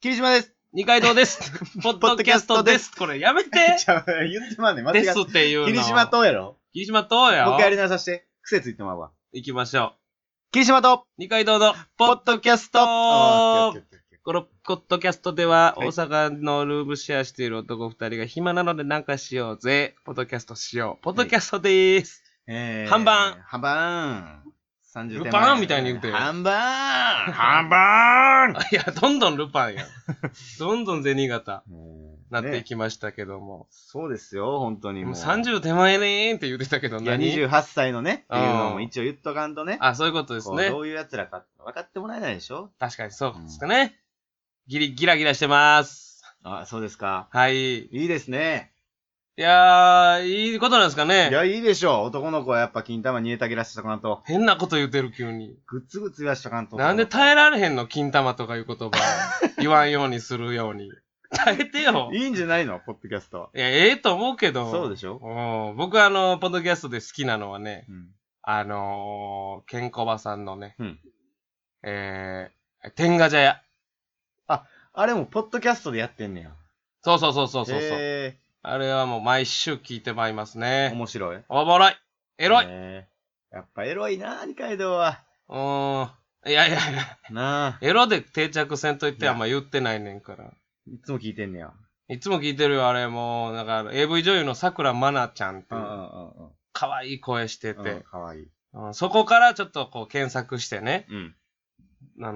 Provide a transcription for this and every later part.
霧島です。 二階堂です。ポッドキャストです。これやめて。 言ってまうねん。間違ですっていうの。 霧島とやろ。 霧島とや。 もう一回やり直させて。癖ついてまうわ。 行きましょう。 霧島と二階堂のポッドキャスト。このポッドキャストでは、大阪のルームシェアしている男二人が暇なのでなんかしようぜ。ポッドキャストしよう。ポッドキャストでーす。半番。 半番。30 ルパンみたいに言うてる。 半番。 半番。いや、どんどんルパンや。どんどん銭形。なっていきましたけども。 そうですよ、本当にもう。30手前ねーって言ってたけどいや、28歳のね、っていうのも一応言っとかんとね。 あ、そういうことですね。 どういう奴らか分かってもらえないでしょ。 確かにそうですかね。ギラギラしてます。 あ、そうですか。 はい。 いいですね。 いやー、いいことなんですかね。 いや、いいでしょう。男の子はやっぱ金玉煮えたぎらしとかんと。 変なこと言うてる急に。 グツグツ言わしとかんと。 なんで耐えられへんの金玉とかいう言葉言わんようにするように。耐えてよ。 いいんじゃないのポッドキャスト。 いや、ええと思うけど。 そうでしょ。 僕ポッドキャストで好きなのはね、ケンコバさんのね、天下茶屋。 あれもポッドキャストでやってんねや。 そう。あれはもう毎週聞いてまいりますね。 面白い。 おもろい。エロい。 やっぱエロいな、二階堂は。 いや。 なあ。 エロで定着せんと言ってあんま言ってないねんから。 いつも聞いてんねや。 いつも聞いてるよ、あれもう。だから AV 女優の桜まなちゃんっていう。可愛い声してて。 可愛い。 そこからちょっとこう検索してね。 うん。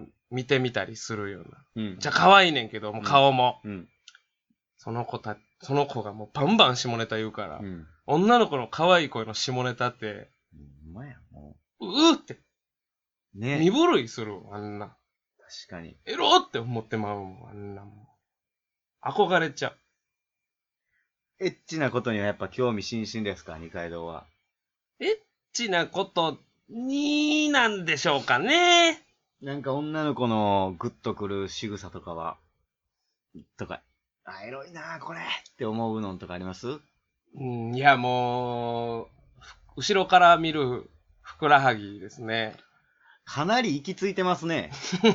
見てみたりするような。 うん。 じゃあ可愛いねんけど、もう顔も。 うん。 その子がもうバンバン下ネタ言うから。 うん。 女の子の可愛い声の下ネタって。 うまや、もうって。 ね。 身震いするあんな。 確かに。 エロって思ってまうもん、あんなもん。憧れちゃう。 エッチなことにはやっぱ興味津々ですか、二階堂は。 エッチなことになんでしょうかね。 なんか女の子のグッとくる仕草とかは、エロいなこれって思うのとかあります？ いやもう、後ろから見るふくらはぎですね。 かなり行き着いてますね。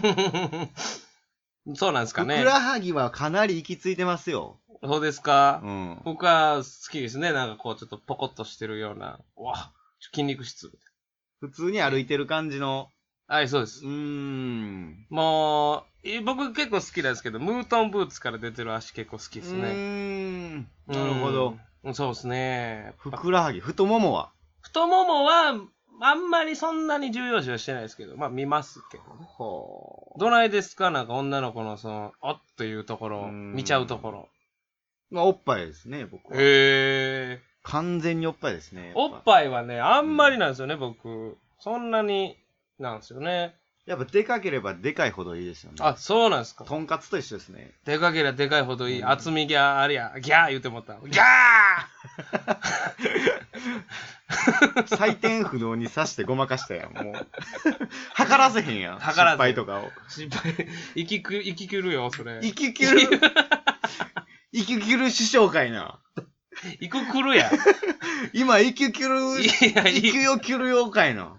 そうなんですかね。 ふくらはぎはかなり行き着いてますよ。 そうですか。 うん。 僕は好きですね。なんかこうちょっとポコッとしてるような。筋肉質。 普通に歩いてる感じの。 はい、そうです。もう、僕結構好きなんですけど、ムートンブーツから出てる足結構好きですね。 なるほど。 そうですね。 ふくらはぎ、太ももはあんまりそんなに重要視はしてないですけど、まあ見ますけどね。どないですか？なんか女の子のおっというところ、見ちゃうところ。 まあ、おっぱいですね、僕は。完全におっぱいですね。 おっぱいはね、あんまりなんですよね、僕。そんなになんですよね。 やっぱでかければでかいほどいいですよね。 あ、そうなんですか。 とんかつと一緒ですね。 でかければでかいほどいい。厚みギャーありゃ、ギャー言うてもった。ギャー採点不能に刺してごまかしたやん、もう。測らせへんやん。失敗とかを。 失敗。生ききるよ、それ。 生ききる師匠かいな。 生きくるや。 今、生ききを切るよかいな。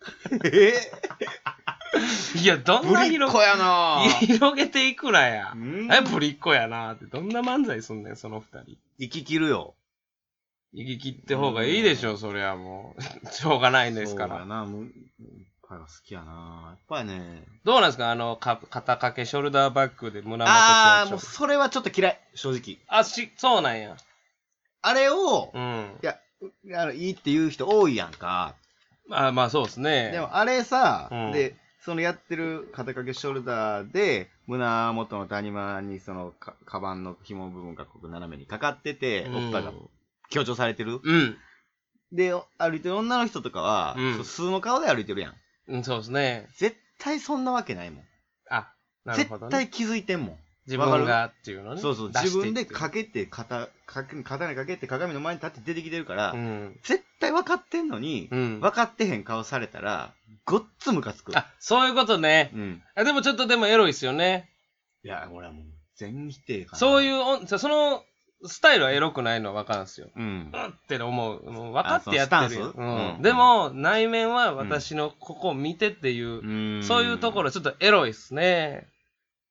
いや、どんなぶりっ子やな広げていくなや。ぶりっ子やなって。どんな漫才すんねん、その二人。 生き切るよ。 生き切って方がいいでしょ、そりゃもう。しょうがないんですから。 そうやな、おっぱいは好きやな。やっぱりね。 どうなんですか肩掛けショルダーバッグで胸元強調。 もうそれはちょっと嫌い、正直。 そうなんや。 あれを、いや、いいって言う人多いやんか。 まあそうですね。 でもあれさ、で、そのやってる肩掛けショルダーで、胸元の谷間にそのカバンの紐部分がこう斜めにかかってて、おっぱいが強調されてる。で、歩いてる女の人とかは、普通の顔で歩いてるやん。そうですね。 絶対そんなわけないもん。 なるほど、 絶対気づいてんもん。 自分がっていうのね。 そう。自分でかけて、肩にかけて鏡の前に立って出てきてるから、絶対分かってんのに、分かってへん顔されたら、ごっつムカつく。 そういうことね。でもちょっとエロいっすよね。 いや、俺はもう全否定かな。 そういう、そのスタイルはエロくないのは分かるんですよ。って思う。もう分かってやってるよ。でも、内面は私のここを見てっていう、そういうところちょっとエロいっすね。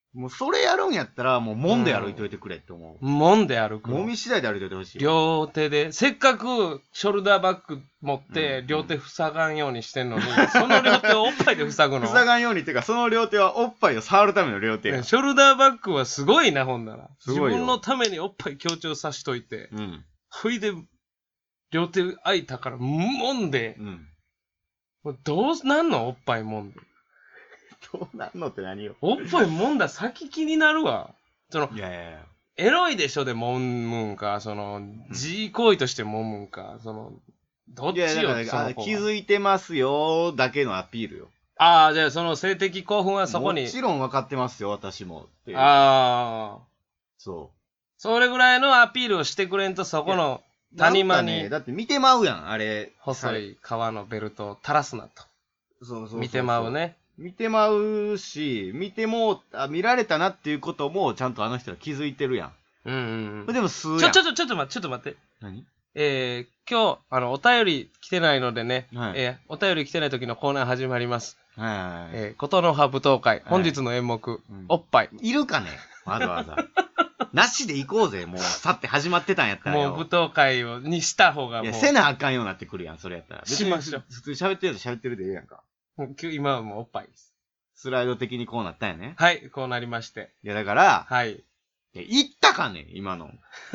もうそれやるんやったら、もう揉んで歩いといてくれって思う。 揉んで歩くの。 揉み次第で歩いといてほしい。 両手で、せっかくショルダーバッグ持って両手塞がんようにしてんのに、その両手をおっぱいで塞ぐの。 塞がんようにっていうか、その両手はおっぱいを触るための両手や。 ショルダーバッグはすごいな、ほんなら。 すごいよ。 自分のためにおっぱい強調さしといて、 うん。 ほいで、両手空いたから揉んで、 うん。 もうどうなんのおっぱい揉んで。 どうなんのって何よ。 おっぱい揉んだ先気になるわ。その、 いやいやいや。 エロいでしょで揉むんか、その、自行為として揉むんか、その、どっちよ、 いやだから気づいてますよだけのアピールよ。 ああ、じゃあその性的興奮はそこに。 もちろん分かってますよ、私も。っていうああ。 そう。 それぐらいのアピールをしてくれんと、そこの谷間に、 だって見てまうやん、あれ。 細い革のベルトを垂らすなと。 そう。 見てまうね。 見てまうし、見られたなっていうことも、ちゃんとあの人は気づいてるやん。 うんうんうん。 でも吸うやん。 ちょっと待って。 何？ 今日、お便り来てないのでね、 はい、 お便り来てない時のコーナー始まります。 はい。 ことの葉舞踏会、本日の演目、おっぱい。 いるかねわざわざ。なしで行こうぜ、もう、さって始まってたんやったらよ。 もう舞踏会にした方がもう。 いや、せなあかんようになってくるやん、それやったら。 しましょう。 普通喋ってるでええやんか。 今はもうおっぱいです。 スライド的にこうなったんやね。 はい、こうなりまして。 いや、だから、 はい。 言ったかね今の。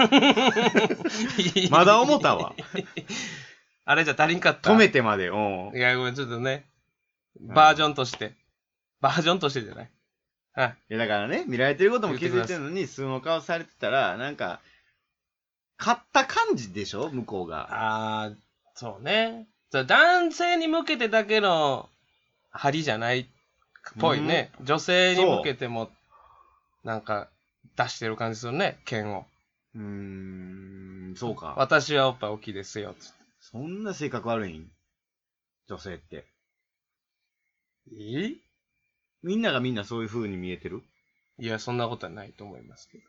まだ思ったわ。 あれじゃ足りんかった。 止めてまで、 いや、ごめん、ちょっとね。バージョンとして。バージョンとしてじゃない。はい。 いや、だからね、見られてることも気づいてるのに、素の顔されてたら、なんか、勝った感じでしょ向こうが。 あー、そうね。男性に向けてだけの針じゃないっぽいね。女性に向けても、なんか、出してる感じするね、剣を。 そうか。 私はおっぱい大きいですよ。 そんな性格悪いん女性って。みんながみんなそういう風に見えてる？ いや、そんなことはないと思いますけ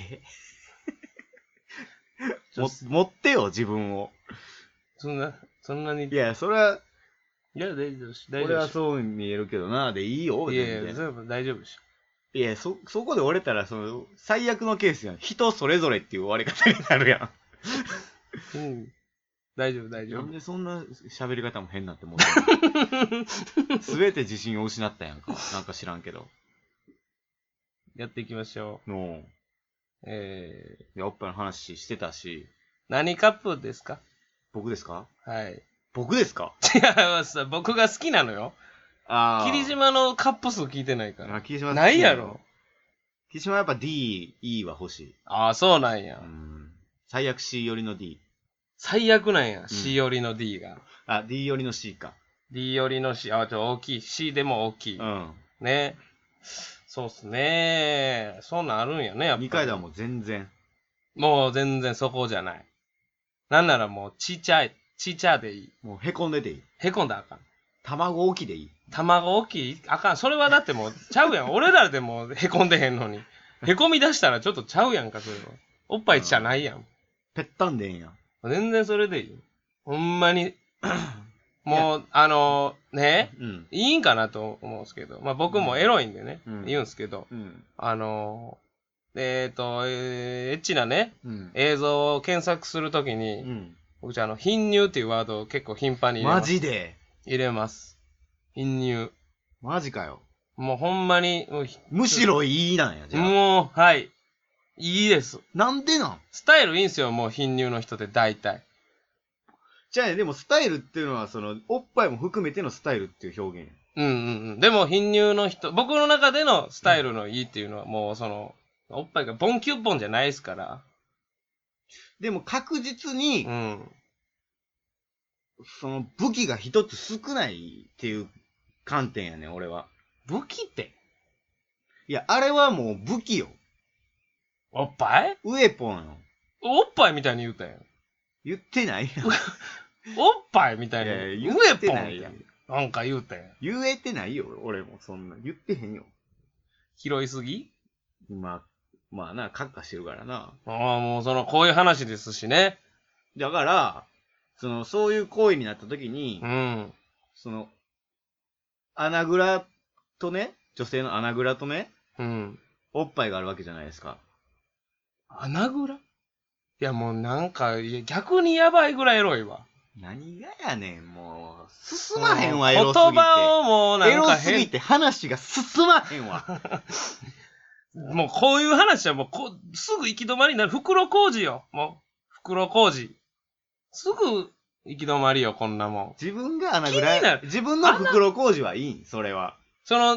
ど。持ってよ、自分を。 そんなに。 いや、それは、 いや、大丈夫し。 俺はそう見えるけどな、でいいよ、 いやいや、全部大丈夫でしょ。 いや、そこで折れたら、最悪のケースやん。人それぞれっていう終わり方になるやん。うん。大丈夫。 なんでそんな喋り方も変なって思ってすべて自信を失ったやんか。なんか知らんけど。 やっていきましょう。おっぱいの話してたし。 何カップですか？ 僕ですか？ はい。 僕ですか？ 違います。僕が好きなのよ。霧島のカップ数聞いてないから。 霧島ないやろ。 霧島はやっぱ D、E は欲しい。 そうなんや。 最悪 C 寄りの D。 最悪なんや。C 寄りの D が。 D 寄りの C か。 D 寄りの C。大きい。C でも大きい。ね。そうっすね。そんなんあるんやね、やっぱり。 2回だもん全然。 もう全然そこじゃない。なんならもうちっちゃでいい。 もうへこんでていい。 へこんだらあかん。 卵大きでいい。 卵大きいあかん。それはだってもうちゃうやん。俺らでもへこんでへんのに。へこみ出したらちょっとちゃうやんか、それは。おっぱいじゃないやん。 ぺったんでんやん。 全然それでいい。ほんまに。もう、いいんかなと思うんですけど。まあ僕もエロいんでね、言うんすけど。エッチなね、映像を検索するときに、僕貧乳っていうワードを結構頻繁に入れます。 マジで入れます。貧乳。 マジかよ。 もうほんまに。 むしろいいなんや、じゃあ。 もう、はい。いいです。 なんでなん？ スタイルいいんすよ、もう貧乳の人って大体。 じゃあね、でもスタイルっていうのは、おっぱいも含めてのスタイルっていう表現。 でも貧乳の人、僕の中でのスタイルのいいっていうのは、もうおっぱいがボンキュッボンじゃないですから。 でも確実に、武器が一つ少ないっていう観点やね、俺は。 武器って？ いや、あれはもう武器よ。 おっぱい？ ウエポンよ。 おっぱいみたいに言うたやん。 言ってないやん。 おっぱいみたいに。ウエポンやん。なんか言うたやん。 言えてないよ、俺もそんな。言ってへんよ。 拾いすぎ？ まあな、カッカしてるからな。 もうこういう話ですしね。 だから、そういう行為になった時に、穴蔵とね、女性の穴蔵とね、 おっぱいがあるわけじゃないですか。 穴蔵？いやもうなんか、逆にやばいぐらいエロいわ。 何がやねん、もう。進まへんわ、エロすぎて。 言葉をもうなんかエロすぎて話が進まへんわ。 もうこういう話はもうすぐ行き止まりになる。袋小路よ。もう、袋小路。すぐ行き止まりよ、こんなもん。 自分が穴ぐらい。自分の袋小路はいいそれは。 その、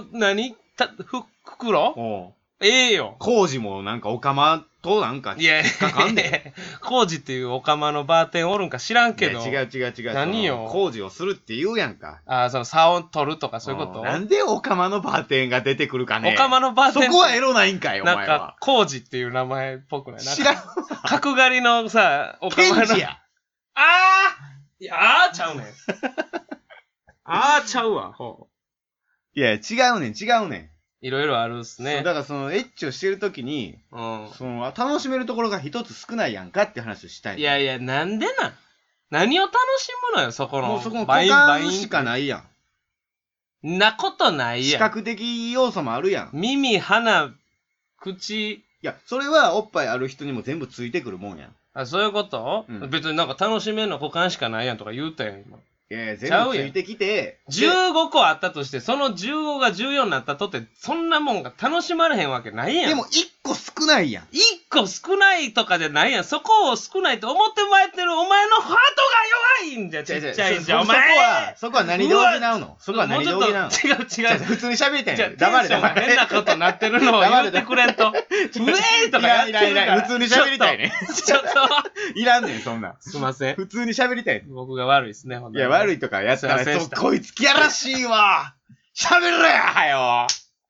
袋ええよ。 工事もなんかオカマとなんか引っかかんで。 工事っていうオカマのバーテンおるんか知らんけど。 違う。 何よ。 工事をするって言うやんか。 ああ、その差を取るとかそういうこと？ なんでオカマのバーテンが出てくるかね。 オカマのバーテン。 そこはエロないんかい、お前は。 なんか、工事っていう名前っぽくない？ 知らん。 角刈りのさ、オカマの。 ケンジや。 いや、あーちゃうねん。あーちゃうわ。 いや、違うねん。 いろいろあるっすね。 だからそのエッチをしてるときに、その楽しめるところが一つ少ないやんかって話をしたい。 いや、なんでなん？何を楽しむのよ、そこの。 もうそこの股間しかないやん。なことないやん。 視覚的要素もあるやん。 耳、鼻、口。 いや、それはおっぱいある人にも全部ついてくるもんやん。 あ、そういうこと？別になんか楽しめんの股間しかないやんとか言うたやん、今。 いや、全部ついてきて。 15個あったとして、その15が14になったとって、そんなもんが楽しまれへんわけないやん。 でも1個少ないやん。 1個少ないとかじゃないやん。そこを少ないと思ってまいってるお前のハートが弱いんじゃ、ちっちゃいんじゃ、お前。 そこは何で補うの？そこは何で補うの？違う。普通に喋りたいん黙れ。変なことなってるのを言ってくれんと。ウェーイとかやってるから。 普通に喋りたいね。 ちょっと。 いらんねん、そんな。 すいません。 普通に喋りたい。 僕が悪いですね、ほんとに。 いや、悪いとかやったら、こいつきやらしいわ。喋れや、はよ。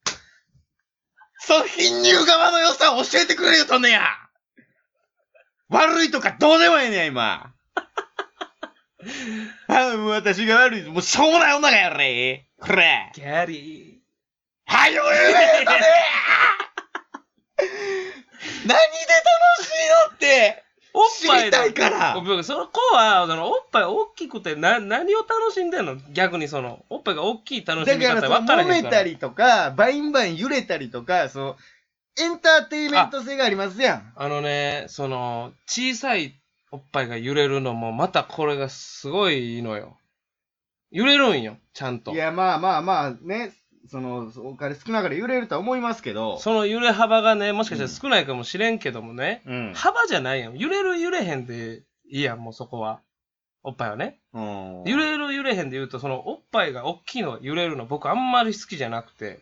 貧乳側の良さを教えてくれよとんねや。悪いとかどうでもええねや、今。もう私が悪い。もうしょうもない女がやれ。これ。 ギャリー。はよ言えよ、ね何で楽しいのって。おっぱい知りたいから。 その子は、おっぱい大きくて何を楽しんでんの？逆におっぱいが大きい楽しみ方分からへんから。 揉めたりとか、バインバイン揺れたりとか、エンターテイメント性がありますやん。 小さいおっぱいが揺れるのも、またこれがすごいのよ。揺れるんよ、ちゃんと。 いや、まあ、ね。お金少ながら揺れるとは思いますけど。 その揺れ幅がね、もしかしたら少ないかもしれんけどもね。幅じゃないやん。揺れる揺れへんでいいやん、もうそこは。おっぱいはね。揺れる揺れへんで言うと、おっぱいが大きいの揺れるの僕あんまり好きじゃなくて。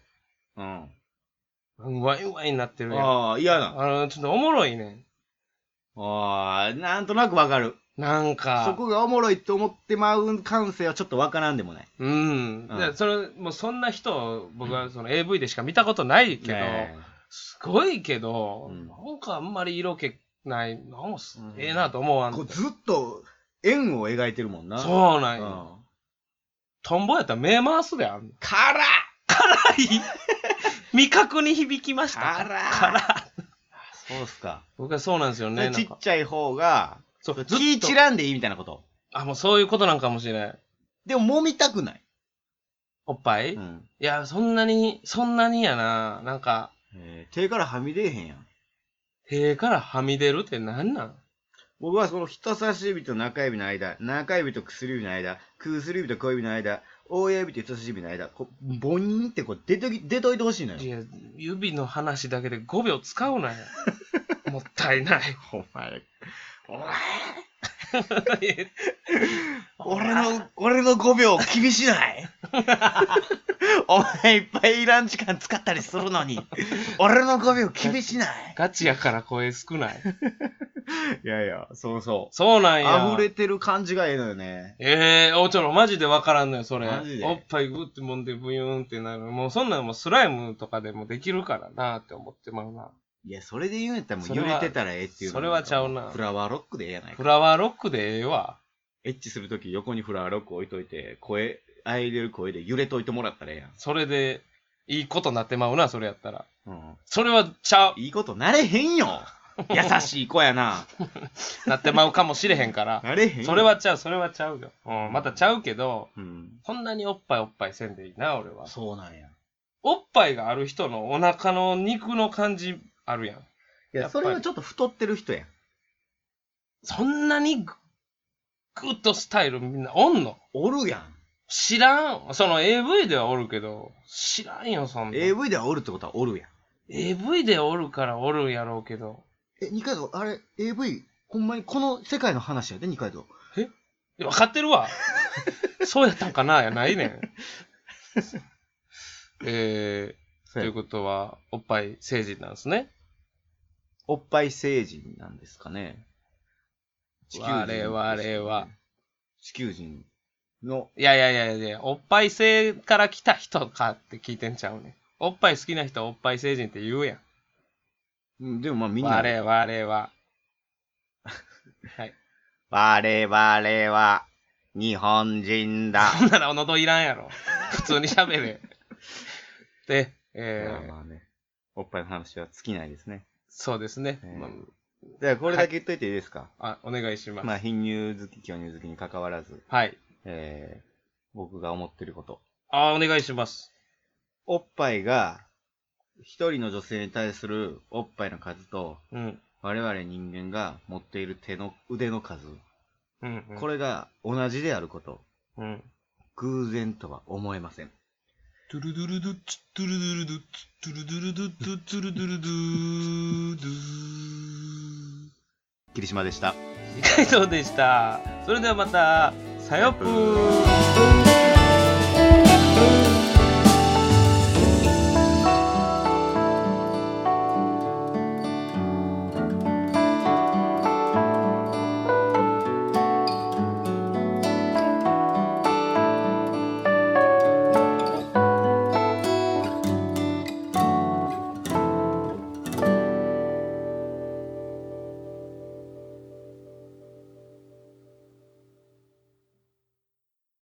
ワインワインになってるやん。 嫌な。 ちょっとおもろいねん。 なんとなくわかる。 なんか。 そこがおもろいって思ってまう感性はちょっとわからんでもない。 もうそんな人、僕はAV でしか見たことないけど、すごいけど、なんかあんまり色気ない、ええなと思わん。 ずっと円を描いてるもんな。 そうなんや。トンボやったら目回すであんの。辛い味覚に響きました。辛そうっすか。 僕はそうなんですよね。 ちっちゃい方が、気散らんでいいみたいなこと。 もうそういうことなんかもしれない。 でも揉みたくない。 おっぱい？いや、そんなにやな。なんか。 手からはみ出えへんやん。 手からはみ出るって何なん？ 僕は人差し指と中指の間、中指と薬指の間、薬指と小指の間、親指と人差し指の間、ボニーって出といてほしいのよ。いや、指の話だけで5秒使うなよ。もったいない。 お前。俺の5秒厳しないお前いっぱいいらん時間使ったりするのに、俺の5秒厳しない？ ガチやから声少ない。 いや、そう。 そうなんや。 溢れてる感じがええのよね。 マジでわからんのよ、それ。 マジでおっぱいグってもんでブユーンってなる。もうそんなのもスライムとかでもできるからなって思ってまうな。 いや、それで言うんやったらもう揺れてたらええっていうの。 それはちゃうな。 フラワーロックでええやないか。 フラワーロックでええわ。 エッチするとき横にフラワーロック置いといて、あいれる声で揺れといてもらったらええやん。 それで、いいことなってまうな、それやったら。それはちゃう。 いいことなれへんよ。優しい子やな。 なってまうかもしれへんから。 なれへんよ。 それはちゃうよ。またちゃうけど、そんなにおっぱいせんでいいな、俺は。 そうなんや。 おっぱいがある人のお腹の肉の感じあるやん。 いや、それはちょっと太ってる人やん。 そんなにグッとスタイルみんなおんの？ おるやん。 知らん。その AV ではおるけど、知らんよ、そんな。 AV ではおるってことはおるやん。 AV でおるからおるんやろうけど。 二階堂、あれ、AV、ほんまにこの世界の話やで、二階堂。 分かってるわ。そうやったんかなやないねん。ということは、おっぱい成人なんですね。 おっぱい成人なんですかね。 我々は。 地球人の。 いや、おっぱい性から来た人かって聞いてんちゃうね。おっぱい好きな人はおっぱい成人って言うやん。 うん、でもまあみんな。 我々は。はい。 我々は日本人だ。 そんなら喉いらんやろ。普通に喋れ。で、 まあね。おっぱいの話は尽きないですね。 そうですね。 じゃあこれだけ言っといていいですか？ お願いします。 まあ貧乳好き、巨乳好きに関わらず。 はい。 僕が思ってること。 お願いします。 おっぱいが、一人の女性に対するおっぱいの数と、我々人間が持っている腕の数、これが同じであること、偶然とは思えません。トゥルドゥルドゥッツトゥルドゥルドゥッツトゥルドゥルドゥッツトゥルドゥルドゥドゥ霧島でした。 二階堂でした。それではまた、さよぷー。